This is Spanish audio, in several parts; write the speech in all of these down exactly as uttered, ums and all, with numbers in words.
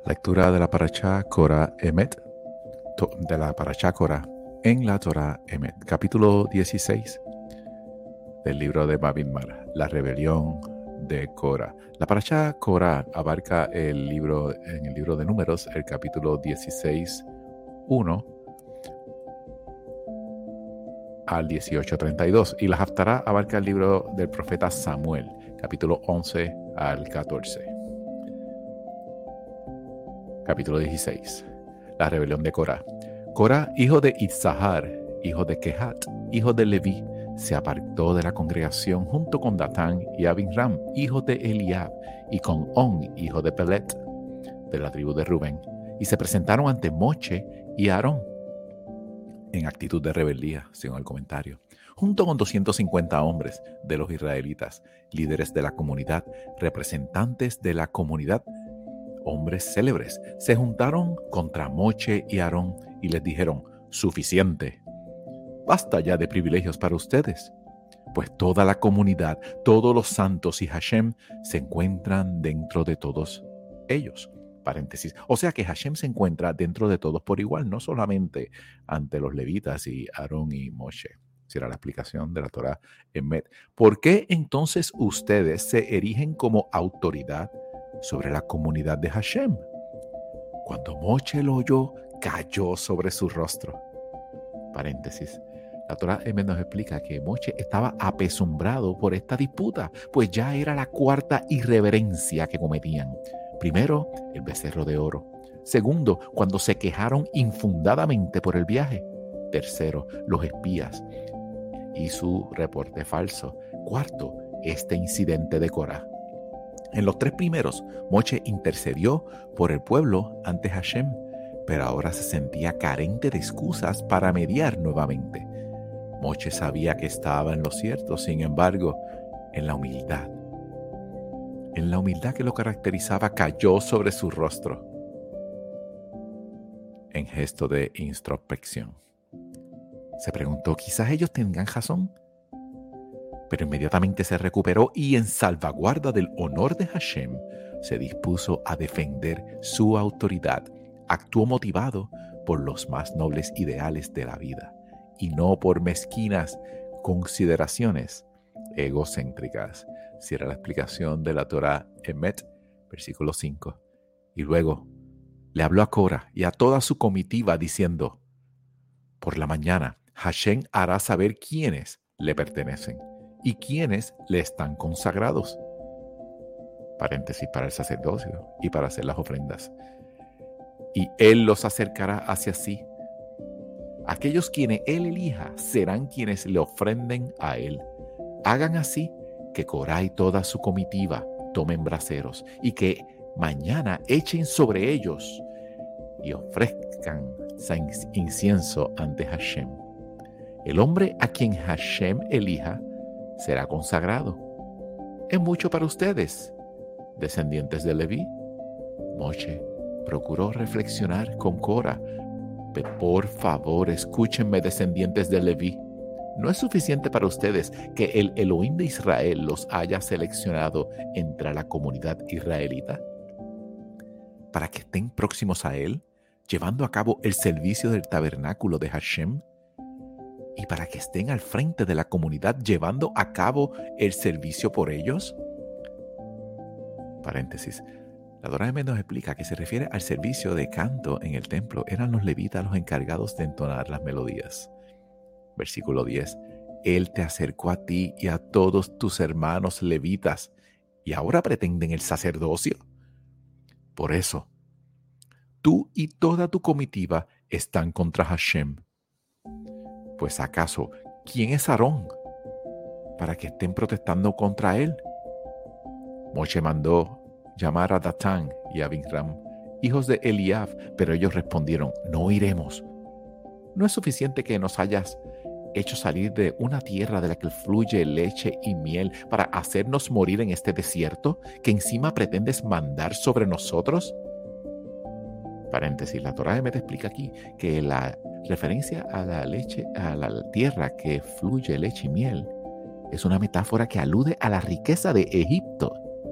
Lectura de la Parashá Korah Emet, de la Parashá Korah en la Torah Emet, capítulo dieciséis del libro de Bamidbar, la rebelión de Korah. La Parashá Korah abarca el libro, en el libro de Números, el capítulo dieciséis, uno al dieciocho treinta y dos, y la Haftará abarca el libro del profeta Samuel, capítulo once al catorce. Capítulo dieciséis. La rebelión de Korah. Korah, hijo de Issachar, hijo de Kehat, hijo de Leví, se apartó de la congregación junto con Datán y Abiram, hijo de Eliab, y con On, hijo de Pelet, de la tribu de Rubén, y se presentaron ante Moche y Aarón en actitud de rebeldía, según el comentario, junto con doscientos cincuenta hombres de los israelitas, líderes de la comunidad, representantes de la comunidad, hombres célebres, se juntaron contra Moche y Aarón y les dijeron: suficiente, basta ya de privilegios para ustedes, pues toda la comunidad, todos los santos y Hashem se encuentran dentro de todos ellos. Paréntesis. O sea que Hashem se encuentra dentro de todos por igual, no solamente ante los levitas y Aarón y Moche. Será la explicación de la Torah Emet. ¿Por qué entonces ustedes se erigen como autoridad sobre la comunidad de Hashem? Cuando Moche lo oyó, cayó sobre su rostro. Paréntesis. La Torah Emet nos explica que Moche estaba apesumbrado por esta disputa, pues ya era la cuarta irreverencia que cometían. Primero, el becerro de oro. Segundo, cuando se quejaron infundadamente por el viaje. Tercero, los espías y su reporte falso. Cuarto, este incidente de Korah. En los tres primeros, Moche intercedió por el pueblo ante Hashem, pero ahora se sentía carente de excusas para mediar nuevamente. Moche sabía que estaba en lo cierto, sin embargo, en la humildad. En la humildad que lo caracterizaba, cayó sobre su rostro en gesto de introspección. Se preguntó, quizás ellos tengan razón, pero inmediatamente se recuperó y en salvaguarda del honor de Hashem se dispuso a defender su autoridad. Actuó motivado por los más nobles ideales de la vida y no por mezquinas consideraciones egocéntricas. Cierra la explicación de la Torah Emet, versículo cinco. Y luego le habló a Korah y a toda su comitiva diciendo: por la mañana Hashem hará saber quiénes le pertenecen y quiénes le están consagrados. Paréntesis, para el sacerdocio y para hacer las ofrendas. Y él los acercará hacia sí. Aquellos quienes él elija serán quienes le ofrenden a él. Hagan así que Korah y toda su comitiva tomen braseros y que mañana echen sobre ellos y ofrezcan incienso ante Hashem. El hombre a quien Hashem elija será consagrado. Es mucho para ustedes, descendientes de Leví. Moche procuró reflexionar con Korah. Pero por favor, escúchenme, descendientes de Leví. ¿No es suficiente para ustedes que el Elohim de Israel los haya seleccionado entre la comunidad israelita para que estén próximos a él, llevando a cabo el servicio del tabernáculo de Hashem, y para que estén al frente de la comunidad llevando a cabo el servicio por ellos? Paréntesis. La Torah Emet nos explica que se refiere al servicio de canto en el templo. Eran los levitas los encargados de entonar las melodías. Versículo diez. Él te acercó a ti y a todos tus hermanos levitas, y ahora pretenden el sacerdocio. Por eso, tú y toda tu comitiva están contra Hashem. Pues acaso, ¿quién es Aarón para que estén protestando contra él? Moche mandó llamar a Datán y a Abiram, hijos de Eliab, pero ellos respondieron: no iremos. ¿No es suficiente que nos hayas hecho salir de una tierra de la que fluye leche y miel para hacernos morir en este desierto, que encima pretendes mandar sobre nosotros? Paréntesis, la Torah Emet explica aquí que la referencia a la leche, a la tierra que fluye leche y miel, es una metáfora que alude a la riqueza de Egipto.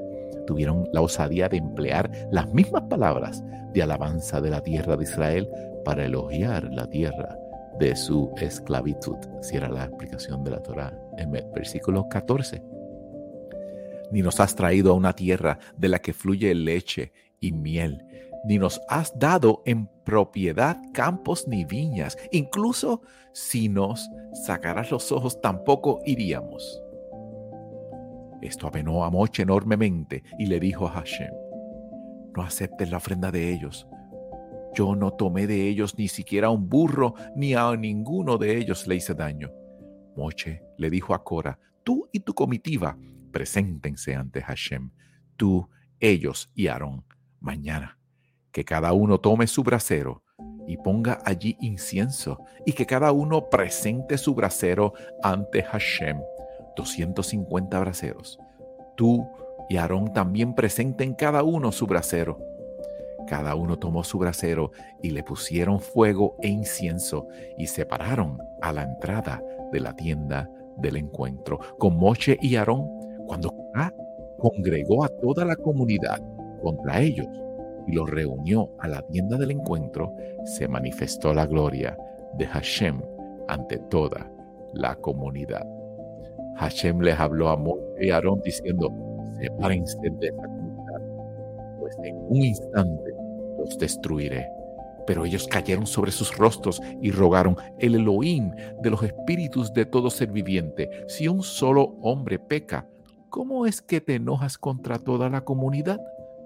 tuvieron la osadía de emplear las mismas palabras de alabanza de la tierra de Israel para elogiar la tierra de su esclavitud. Si era la explicación de la Torá. En versículo catorce. Ni nos has traído a una tierra de la que fluye leche y miel, ni nos has dado en propiedad campos ni viñas. Incluso si nos sacaras los ojos, tampoco iríamos. Esto apenó a Moche enormemente y le dijo a Hashem: no aceptes la ofrenda de ellos. Yo no tomé de ellos ni siquiera un burro, ni a ninguno de ellos le hice daño. Moche le dijo a Cora: tú y tu comitiva preséntense ante Hashem, tú, ellos y Aarón, mañana. Que cada uno tome su brasero y ponga allí incienso, y que cada uno presente su brasero ante Hashem, doscientos cincuenta braseros. Tú y Aarón también presenten cada uno su brasero. Cada uno tomó su brasero y le pusieron fuego e incienso y se pararon a la entrada de la tienda del encuentro con Moche y Aarón. Cuando Corá congregó a toda la comunidad contra ellos y los reunió a la tienda del encuentro, se manifestó la gloria de Hashem ante toda la comunidad. Hashem les habló a Moche y Aarón diciendo: sepárense de esa comunidad, pues en un instante los destruiré. Pero ellos cayeron sobre sus rostros y rogaron: el Elohim de los espíritus de todo ser viviente, si un solo hombre peca, ¿cómo es que te enojas contra toda la comunidad?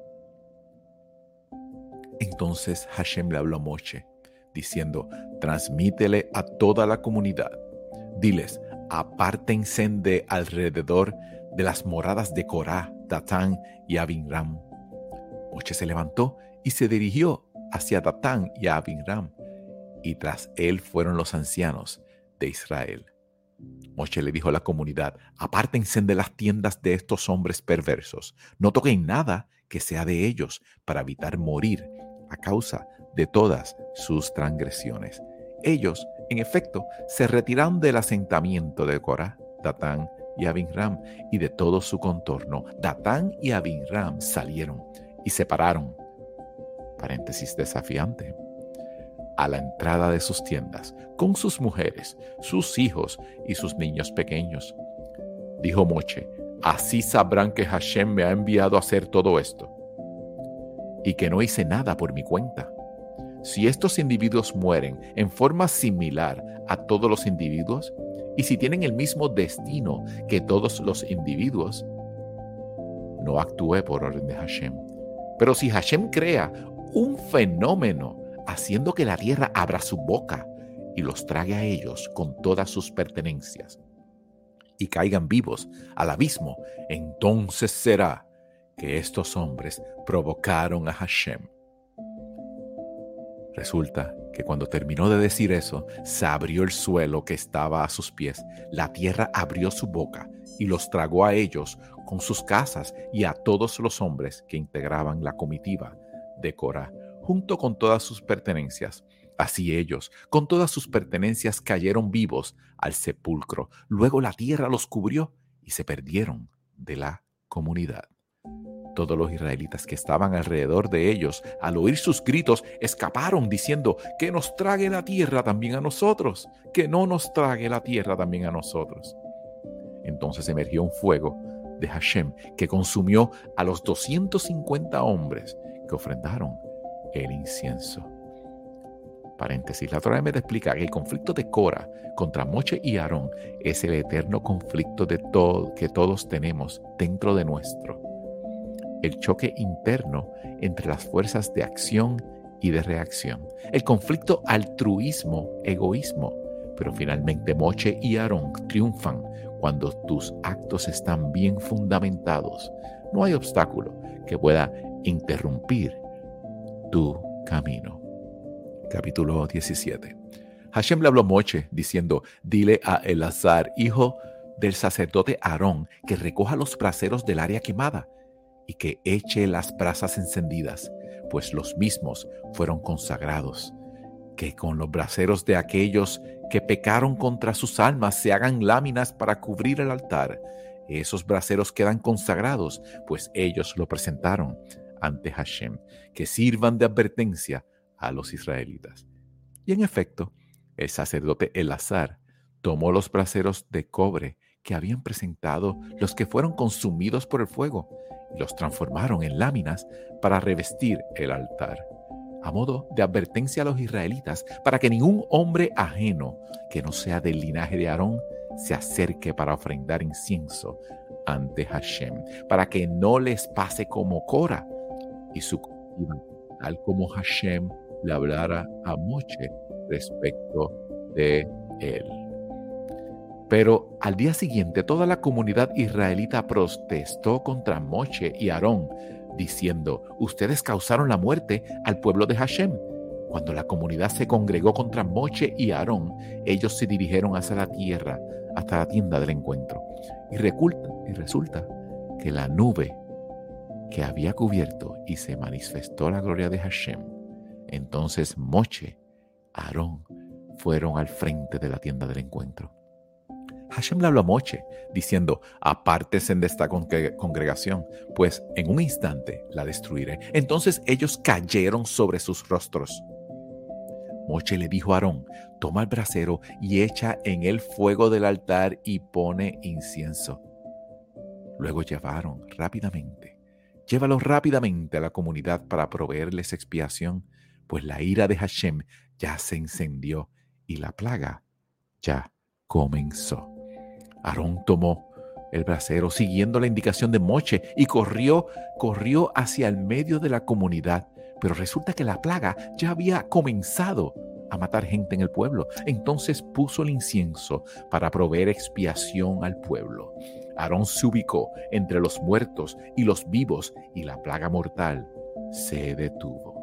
Entonces Hashem le habló a Moche, diciendo: transmítele a toda la comunidad. Diles: apártense de alrededor de las moradas de Corá, Datán y Abiram. Moche se levantó y se dirigió hacia Datán y a Abiram, y tras él fueron los ancianos de Israel. Moche le dijo a la comunidad: apártense de las tiendas de estos hombres perversos, no toquen nada que sea de ellos, para evitar morir a causa de todas sus transgresiones. Ellos, en efecto, se retiraron del asentamiento de Corá, Datán y Abiram y de todo su contorno. Datán y Abiram salieron y se pararon, paréntesis desafiante, a la entrada de sus tiendas, con sus mujeres, sus hijos y sus niños pequeños. Dijo Moche: así sabrán que Hashem me ha enviado a hacer todo esto, y que no hice nada por mi cuenta. Si estos individuos mueren en forma similar a todos los individuos, y si tienen el mismo destino que todos los individuos, no actué por orden de Hashem. Pero si Hashem crea un fenómeno haciendo que la tierra abra su boca y los trague a ellos con todas sus pertenencias y caigan vivos al abismo, entonces será que estos hombres provocaron a Hashem. Resulta que cuando terminó de decir eso, se abrió el suelo que estaba a sus pies. La tierra abrió su boca y los tragó a ellos con sus casas y a todos los hombres que integraban la comitiva de Corá, junto con todas sus pertenencias. Así ellos, con todas sus pertenencias, cayeron vivos al sepulcro. Luego la tierra los cubrió y se perdieron de la comunidad. Todos los israelitas que estaban alrededor de ellos, al oír sus gritos, escaparon diciendo: que nos trague la tierra también a nosotros, que no nos trague la tierra también a nosotros. Entonces emergió un fuego de Hashem que consumió a los doscientos cincuenta hombres que ofrendaron el incienso. Paréntesis, la Torá me explica que el conflicto de Cora contra Moche y Aarón es el eterno conflicto de todo, que todos tenemos dentro de nuestro. El choque interno entre las fuerzas de acción y de reacción. El conflicto altruismo-egoísmo. Pero finalmente Moche y Aarón triunfan cuando tus actos están bien fundamentados. No hay obstáculo que pueda interrumpir tu camino. Capítulo diecisiete. Hashem le habló a Moche diciendo: dile a Elazar, hijo del sacerdote Aarón, que recoja los braseros del área quemada y que eche las brasas encendidas, pues los mismos fueron consagrados. Que con los braseros de aquellos que pecaron contra sus almas se hagan láminas para cubrir el altar. esos braseros quedan consagrados, pues ellos lo presentaron ante Hashem, que sirvan de advertencia a los israelitas. Y en efecto, el sacerdote Elazar tomó los braseros de cobre que habían presentado los que fueron consumidos por el fuego y los transformaron en láminas para revestir el altar, a modo de advertencia a los israelitas para que ningún hombre ajeno que no sea del linaje de Aarón se acerque para ofrendar incienso ante Hashem, para que no les pase como Cora y su comitiva, tal como Hashem le hablara a Moche respecto de él. Pero al día siguiente toda la comunidad israelita protestó contra Moche y Aarón, diciendo: ustedes causaron la muerte al pueblo de Hashem. Cuando la comunidad se congregó contra Moche y Aarón, ellos se dirigieron hacia la tierra, hasta la tienda del encuentro. Y resulta, y resulta que la nube que había cubierto y se manifestó la gloria de Hashem. Entonces Moche, Aarón, fueron al frente de la tienda del encuentro. Hashem le habló a Moche, diciendo: apártense de esta congregación, pues en un instante la destruiré. Entonces ellos cayeron sobre sus rostros. Moche le dijo a Aarón: toma el brasero y echa en el fuego del altar y pone incienso. Luego llevaron rápidamente, llévalos rápidamente a la comunidad para proveerles expiación, pues la ira de Hashem ya se encendió y la plaga ya comenzó. Aarón tomó el brasero siguiendo la indicación de Moche y corrió, corrió hacia el medio de la comunidad. Pero resulta que la plaga ya había comenzado a matar gente en el pueblo. Entonces puso el incienso para proveer expiación al pueblo. Aarón se ubicó entre los muertos y los vivos y la plaga mortal se detuvo.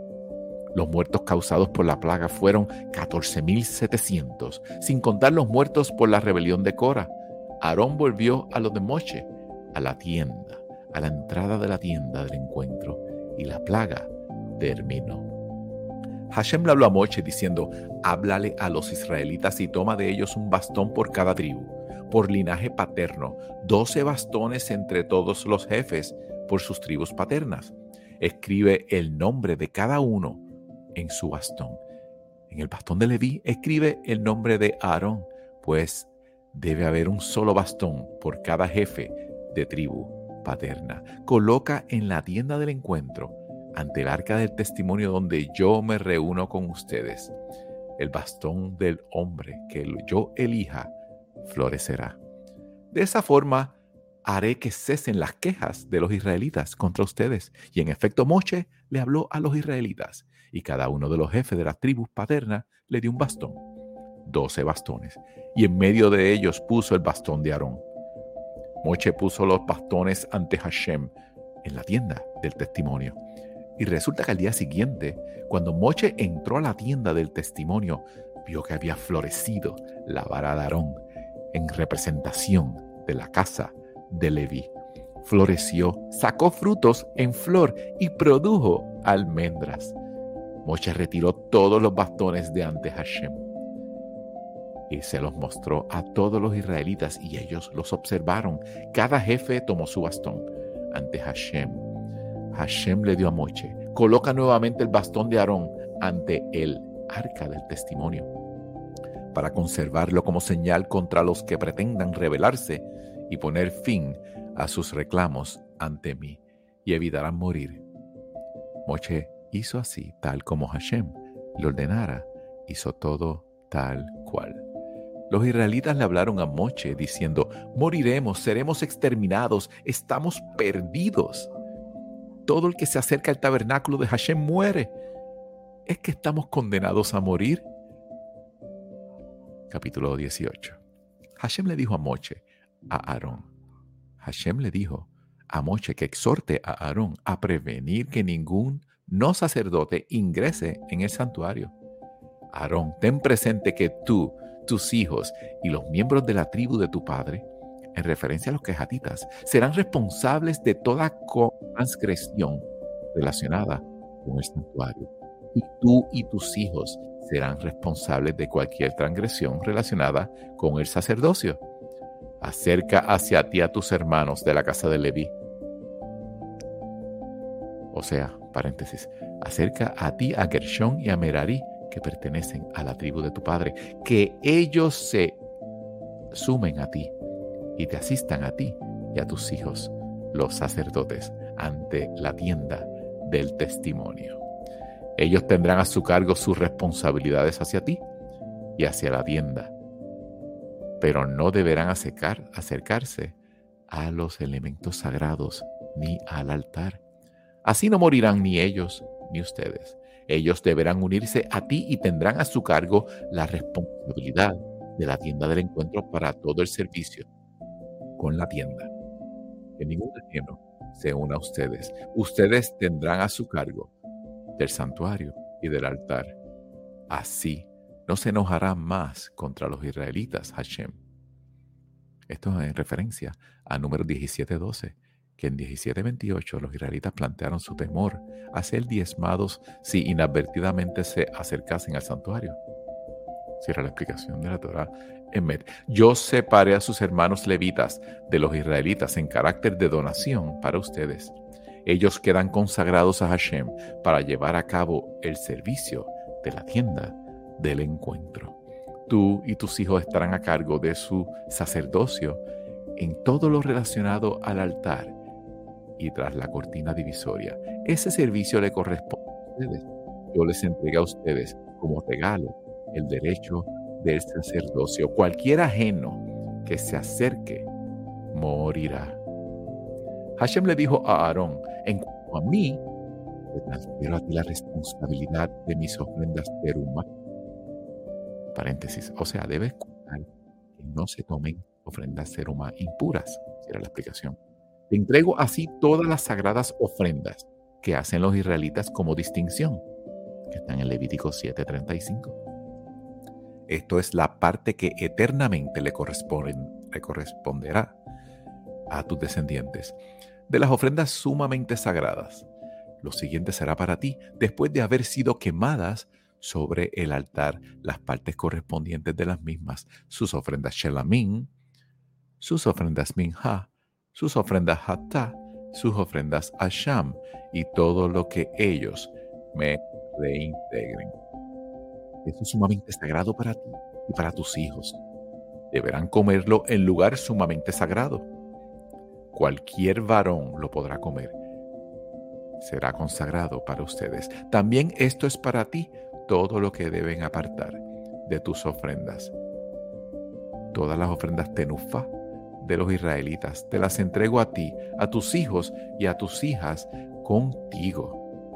Los muertos causados por la plaga fueron catorce mil setecientos, sin contar los muertos por la rebelión de Cora. Aarón volvió a los de Moche, a la tienda, a la entrada de la tienda del encuentro, y la plaga terminó. Hashem le habló a Moche diciendo: háblale a los israelitas y toma de ellos un bastón por cada tribu, por linaje paterno, doce bastones entre todos los jefes por sus tribus paternas. Escribe el nombre de cada uno en su bastón. En el bastón de Leví escribe el nombre de Aarón, pues debe haber un solo bastón por cada jefe de tribu paterna. Coloca en la tienda del encuentro, ante el arca del testimonio donde yo me reúno con ustedes, el bastón del hombre que yo elija florecerá. De esa forma haré que cesen las quejas de los israelitas contra ustedes. Y en efecto Moche le habló a los israelitas, y cada uno de los jefes de las tribus paternas le dio un bastón, doce bastones, y en medio de ellos puso el bastón de Aarón. Moche puso los bastones ante Hashem en la tienda del testimonio. Y resulta que al día siguiente, cuando Moche entró a la tienda del testimonio, vio que había florecido la vara de Aarón en representación de la casa de Leví. Floreció, sacó frutos en flor y produjo almendras. Moche retiró todos los bastones de ante Hashem y se los mostró a todos los israelitas, y ellos los observaron. Cada jefe tomó su bastón ante Hashem. Hashem le dio a Moche: coloca nuevamente el bastón de Aarón ante el arca del testimonio, para conservarlo como señal contra los que pretendan rebelarse y poner fin a sus reclamos ante mí, y evitarán morir. Moche hizo así, tal como Hashem le ordenara, hizo todo tal cual. Los israelitas le hablaron a Moche diciendo: moriremos, seremos exterminados, estamos perdidos. Todo el que se acerca al tabernáculo de Hashem muere. ¿Es que estamos condenados a morir? Capítulo dieciocho. Hashem le dijo a Moche, a Aarón. Hashem le dijo a Moche que exhorte a Aarón a prevenir que ningún no sacerdote ingrese en el santuario. Aarón, ten presente que tú, tus hijos y los miembros de la tribu de tu padre, en referencia a los quejatitas, serán responsables de toda transgresión relacionada con el santuario. Y tú y tus hijos serán responsables de cualquier transgresión relacionada con el sacerdocio. Acerca hacia ti a tus hermanos de la casa de Leví. O sea, paréntesis, acerca a ti a Gershón y a Merari, que pertenecen a la tribu de tu padre, que ellos se sumen a ti y te asistan a ti y a tus hijos, los sacerdotes, ante la tienda del testimonio. Ellos tendrán a su cargo sus responsabilidades hacia ti y hacia la tienda, pero no deberán acercar, acercarse a los elementos sagrados ni al altar. Así no morirán ni ellos ni ustedes. Ellos deberán unirse a ti y tendrán a su cargo la responsabilidad de la tienda del encuentro para todo el servicio con la tienda. Que ningún ajeno se una a ustedes. Ustedes tendrán a su cargo del santuario y del altar. Así no se enojará más contra los israelitas, Hashem. Esto es en referencia a Números diecisiete doce, que en diecisiete veintiocho los israelitas plantearon su temor a ser diezmados si inadvertidamente se acercasen al santuario. Cierra la explicación de la Torá. Emet. Yo separé a sus hermanos levitas de los israelitas en carácter de donación para ustedes. Ellos quedan consagrados a Hashem para llevar a cabo el servicio de la tienda del encuentro. Tú y tus hijos estarán a cargo de su sacerdocio en todo lo relacionado al altar y tras la cortina divisoria. Ese servicio le corresponde a ustedes. Yo les entregué a ustedes como regalo el derecho del sacerdocio. Cualquier ajeno que se acerque morirá. Hashem le dijo a Aarón: en cuanto a mí, te transfiero a ti la responsabilidad de mis ofrendas teruma. Paréntesis, o sea, debes cuidar que no se tomen ofrendas teruma impuras. Era la explicación. Te entrego así todas las sagradas ofrendas que hacen los israelitas como distinción, que están en Levítico siete treinta y cinco. Esto es la parte que eternamente le, corresponde, le corresponderá a tus descendientes. De las ofrendas sumamente sagradas, lo siguiente será para ti, después de haber sido quemadas sobre el altar, las partes correspondientes de las mismas, sus ofrendas shelamim, sus ofrendas minja, sus ofrendas hatá, sus ofrendas asham y todo lo que ellos me reintegren. Esto es sumamente sagrado para ti y para tus hijos. Deberán comerlo en lugar sumamente sagrado. Cualquier varón lo podrá comer. Será consagrado para ustedes. También esto es para ti todo lo que deben apartar de tus ofrendas. Todas las ofrendas tenufá de los israelitas te las entrego a ti, a tus hijos y a tus hijas contigo.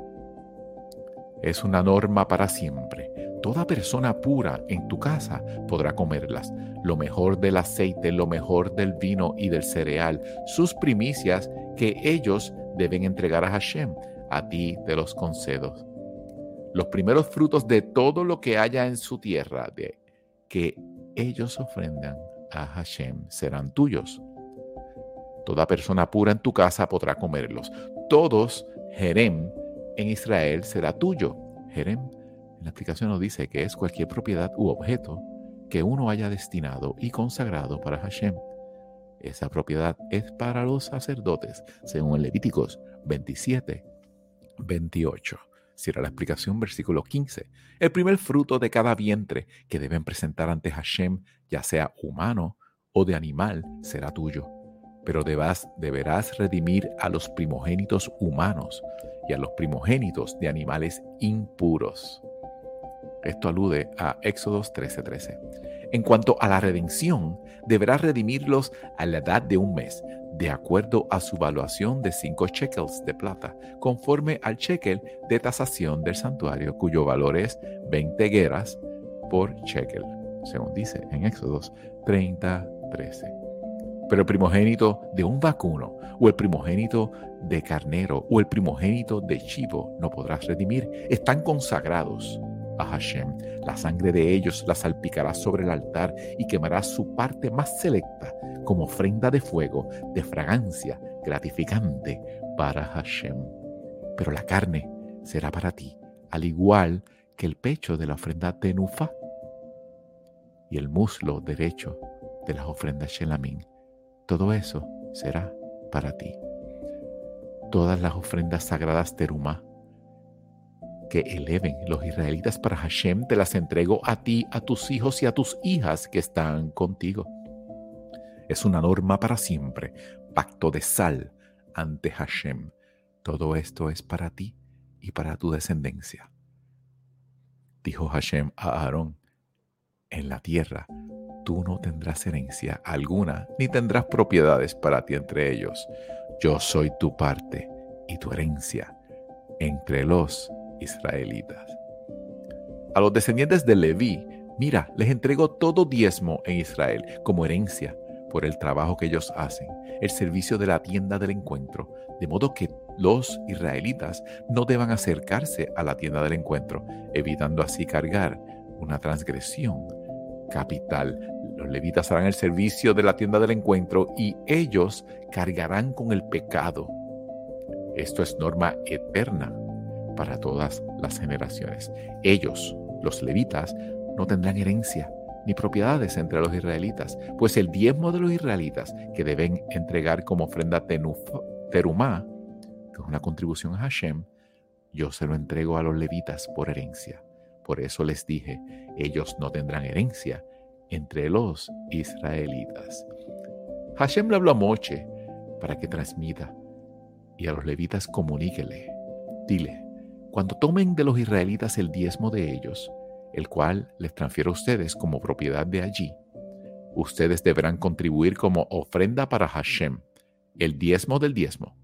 Es una norma para siempre. Toda persona pura en tu casa podrá comerlas. Lo mejor del aceite, lo mejor del vino y del cereal, sus primicias que ellos deben entregar a Hashem. A ti te los concedo. Los primeros frutos de todo lo que haya en su tierra, de que ellos ofrendan a Hashem, serán tuyos. Toda persona pura en tu casa podrá comerlos. Todos, Jerem, en Israel será tuyo. Jerem, en la explicación nos dice que es cualquier propiedad u objeto que uno haya destinado y consagrado para Hashem. Esa propiedad es para los sacerdotes, según Levíticos veintisiete veintiocho. Cierra la explicación, versículo quince. El primer fruto de cada vientre que deben presentar ante Hashem, ya sea humano o de animal, será tuyo. Pero debas, deberás redimir a los primogénitos humanos y a los primogénitos de animales impuros. Esto alude a Éxodos trece trece. En cuanto a la redención, deberás redimirlos a la edad de un mes, de acuerdo a su valuación de cinco shekels de plata, conforme al shekel de tasación del santuario, cuyo valor es veinte geras por shekel, según dice en Éxodos treinta trece. Pero el primogénito de un vacuno, o el primogénito de carnero, o el primogénito de chivo, no podrás redimir. Están consagrados a Hashem. La sangre de ellos la salpicarás sobre el altar y quemarás su parte más selecta como ofrenda de fuego, de fragancia gratificante para Hashem. Pero la carne será para ti, al igual que el pecho de la ofrenda tenufá y el muslo derecho de las ofrendas shelamim todo eso será para ti. Todas las ofrendas sagradas terumá que eleven los israelitas para Hashem, te las entrego a ti, a tus hijos y a tus hijas que están contigo. Es una norma para siempre, pacto de sal ante Hashem. Todo esto es para ti y para tu descendencia. Dijo Hashem a Aarón, en la tierra tú no tendrás herencia alguna, ni tendrás propiedades para ti entre ellos. Yo soy tu parte y tu herencia entre los israelitas. A los descendientes de Leví, mira, les entrego todo diezmo en Israel como herencia por el trabajo que ellos hacen, el servicio de la tienda del encuentro, de modo que los israelitas no deban acercarse a la tienda del encuentro, evitando así cargar una transgresión capital. Los levitas harán el servicio de la tienda del encuentro y ellos cargarán con el pecado. Esto es norma eterna para todas las generaciones. Ellos, los levitas, no tendrán herencia ni propiedades entre los israelitas, pues el diezmo de los israelitas que deben entregar como ofrenda terumá, que es una contribución a Hashem, yo se lo entrego a los levitas por herencia. Por eso les dije, ellos no tendrán herencia entre los israelitas. Hashem le habló a Moche para que transmita y a los levitas comuníquele. Dile, cuando tomen de los israelitas el diezmo de ellos, el cual les transfiero a ustedes como propiedad de allí, ustedes deberán contribuir como ofrenda para Hashem, el diezmo del diezmo.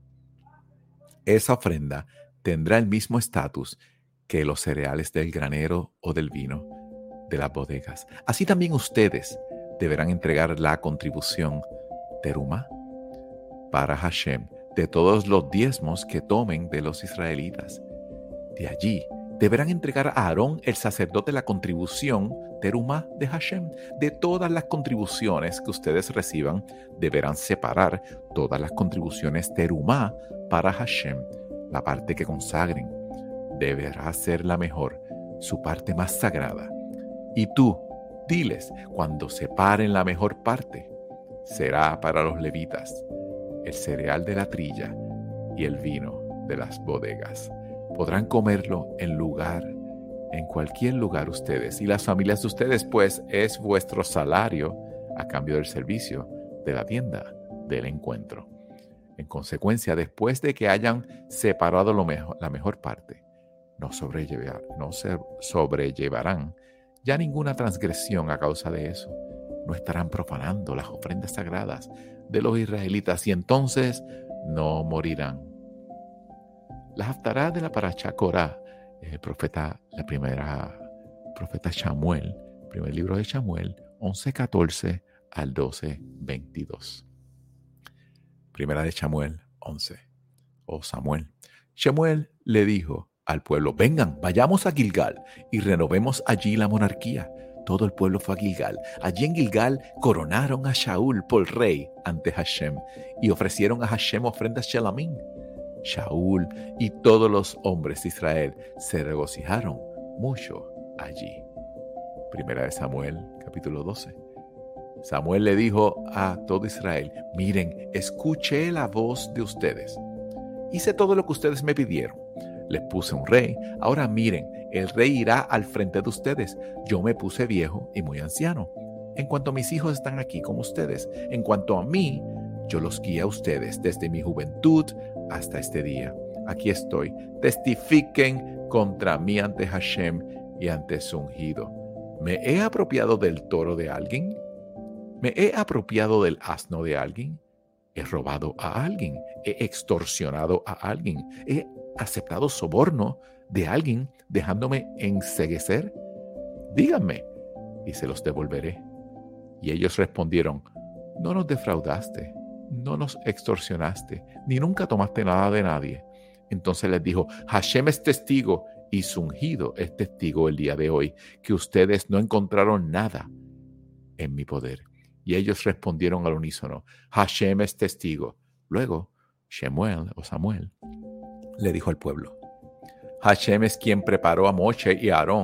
Esa ofrenda tendrá el mismo estatus que los cereales del granero o del vino de las bodegas. Así también ustedes deberán entregar la contribución terumá para Hashem de todos los diezmos que tomen de los israelitas. De allí deberán entregar a Aarón el sacerdote la contribución terumá de Hashem. De todas las contribuciones que ustedes reciban, deberán separar todas las contribuciones terumá para Hashem. La parte que consagren deberá ser la mejor, su parte más sagrada. Y tú, diles, cuando separen la mejor parte, será para los levitas, el cereal de la trilla y el vino de las bodegas. Podrán comerlo en lugar, en cualquier lugar ustedes y las familias de ustedes, pues es vuestro salario a cambio del servicio de la tienda del encuentro. En consecuencia, después de que hayan separado lo mejor, la mejor parte, no, sobrellevar, no se sobrellevarán ya ninguna transgresión a causa de eso. No estarán profanando las ofrendas sagradas de los israelitas y entonces no morirán. La haftará de la Parashá Korah, el profeta, la primera profeta Shamuel, primer libro de Shamuel, once catorce al doce veintidós. Primera de Shamuel once. Oh Samuel. Shamuel le dijo al pueblo, vengan, vayamos a Gilgal y renovemos allí la monarquía. Todo el pueblo fue a Gilgal. Allí en Gilgal coronaron a Shaul por rey ante Hashem y ofrecieron a Hashem ofrendas shelamim. Shaul y todos los hombres de Israel se regocijaron mucho allí. Primera de Samuel, capítulo doce. Samuel le dijo a todo Israel, miren, escuché la voz de ustedes. Hice todo lo que ustedes me pidieron. Les puse un rey. Ahora miren, el rey irá al frente de ustedes. Yo me puse viejo y muy anciano. En cuanto a mis hijos están aquí con ustedes. En cuanto a mí, yo los guié a ustedes desde mi juventud hasta este día. Aquí estoy. Testifiquen contra mí ante Hashem y ante su ungido. ¿Me he apropiado del toro de alguien? ¿Me he apropiado del asno de alguien? ¿He robado a alguien? ¿He extorsionado a alguien? ¿He aceptado soborno de alguien dejándome enceguecer? Díganme y se los devolveré. Y ellos respondieron, no nos defraudaste, no nos extorsionaste, ni nunca tomaste nada de nadie. Entonces les dijo, Hashem es testigo y su ungido es testigo el día de hoy, que ustedes no encontraron nada en mi poder. Y ellos respondieron al unísono, Hashem es testigo. Luego, Shemuel o Samuel le dijo al pueblo, Hashem es quien preparó a Moche y a Aarón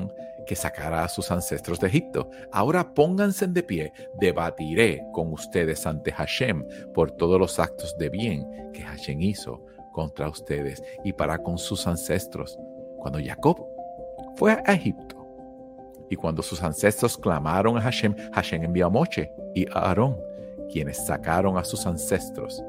que sacara a sus ancestros de Egipto. Ahora pónganse de pie, debatiré con ustedes ante Hashem por todos los actos de bien que Hashem hizo contra ustedes y para con sus ancestros. Cuando Jacob fue a Egipto y cuando sus ancestros clamaron a Hashem, Hashem envió a Moche y a Aarón, quienes sacaron a sus ancestros.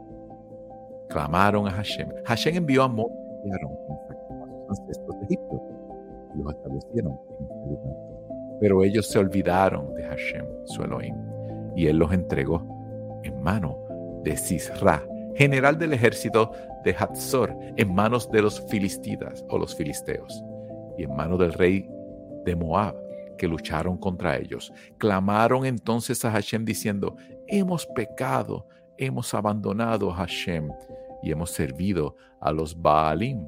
Clamaron a Hashem. Hashem envió a Moche y a Aarón, quienes sacaron a sus ancestros de Egipto y los establecieron en este lugar. Pero ellos se olvidaron de Hashem, su Elohim, y él los entregó en mano de Sisra, general del ejército de Hatzor, en manos de los filistitas o los filisteos, y en manos del rey de Moab, que lucharon contra ellos. Clamaron entonces a Hashem diciendo: hemos pecado, hemos abandonado a Hashem y hemos servido a los Baalim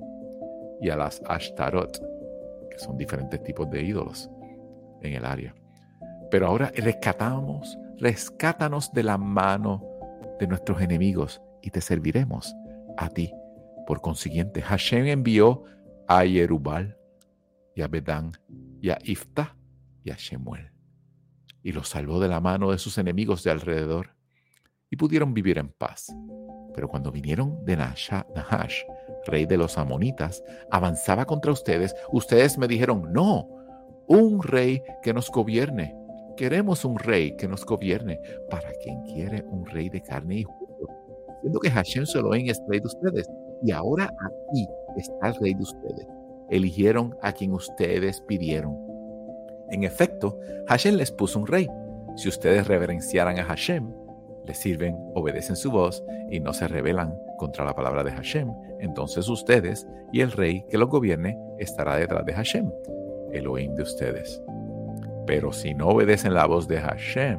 y a las Ashtarot, que son diferentes tipos de ídolos en el área. Pero ahora rescatamos, rescátanos de la mano de nuestros enemigos y te serviremos a ti. Por consiguiente, Hashem envió a Yerubal y a Bedán y a Iftah y a Shemuel y los salvó de la mano de sus enemigos de alrededor y pudieron vivir en paz. Pero cuando vinieron de Nahash, rey de los amonitas, avanzaba contra ustedes, ustedes me dijeron: no, un rey que nos gobierne. Queremos un rey que nos gobierne. ¿Para quien quiere un rey de carne y justo? Siendo que Hashem su Elohim es rey de ustedes, y ahora aquí está el rey de ustedes. Eligieron a quien ustedes pidieron. En efecto, Hashem les puso un rey. Si ustedes reverenciaran a Hashem, le sirven, obedecen su voz y no se rebelan contra la palabra de Hashem, entonces ustedes y el rey que los gobierne estará detrás de Hashem, Elohim de ustedes. Pero si no obedecen la voz de Hashem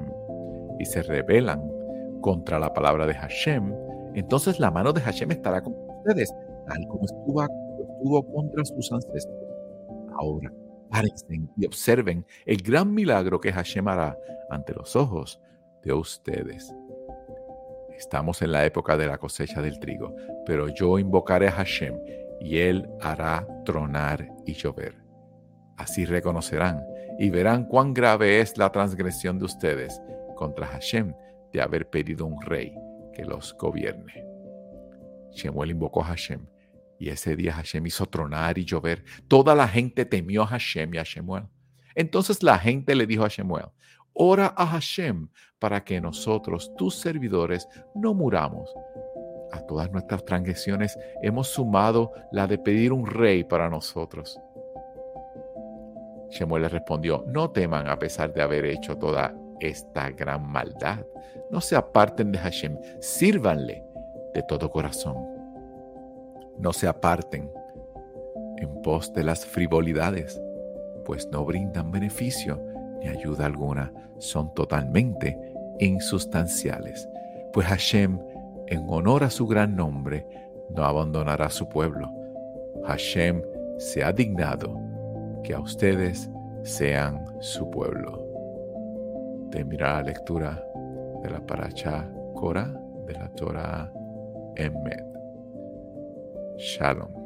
y se rebelan contra la palabra de Hashem, entonces la mano de Hashem estará con ustedes, tal como estuvo, estuvo contra sus ancestros. Ahora, párense y observen el gran milagro que Hashem hará ante los ojos de ustedes. Estamos en la época de la cosecha del trigo, pero yo invocaré a Hashem y él hará tronar y llover. Así reconocerán y verán cuán grave es la transgresión de ustedes contra Hashem de haber pedido un rey que los gobierne. Shemuel invocó a Hashem y ese día Hashem hizo tronar y llover. Toda la gente temió a Hashem y a Shemuel. Entonces la gente le dijo a Shemuel: ora a Hashem para que nosotros, tus servidores, no muramos. A todas nuestras transgresiones hemos sumado la de pedir un rey para nosotros. Shemuel le respondió: no teman a pesar de haber hecho toda esta gran maldad. No se aparten de Hashem, sírvanle de todo corazón. No se aparten en pos de las frivolidades, pues no brindan beneficio ni ayuda alguna, son totalmente insustanciales. Pues Hashem, en honor a su gran nombre, no abandonará a su pueblo. Hashem se ha dignado que a ustedes sean su pueblo. Termina la lectura de la Parashá Korah de la Torah Emet. Shalom.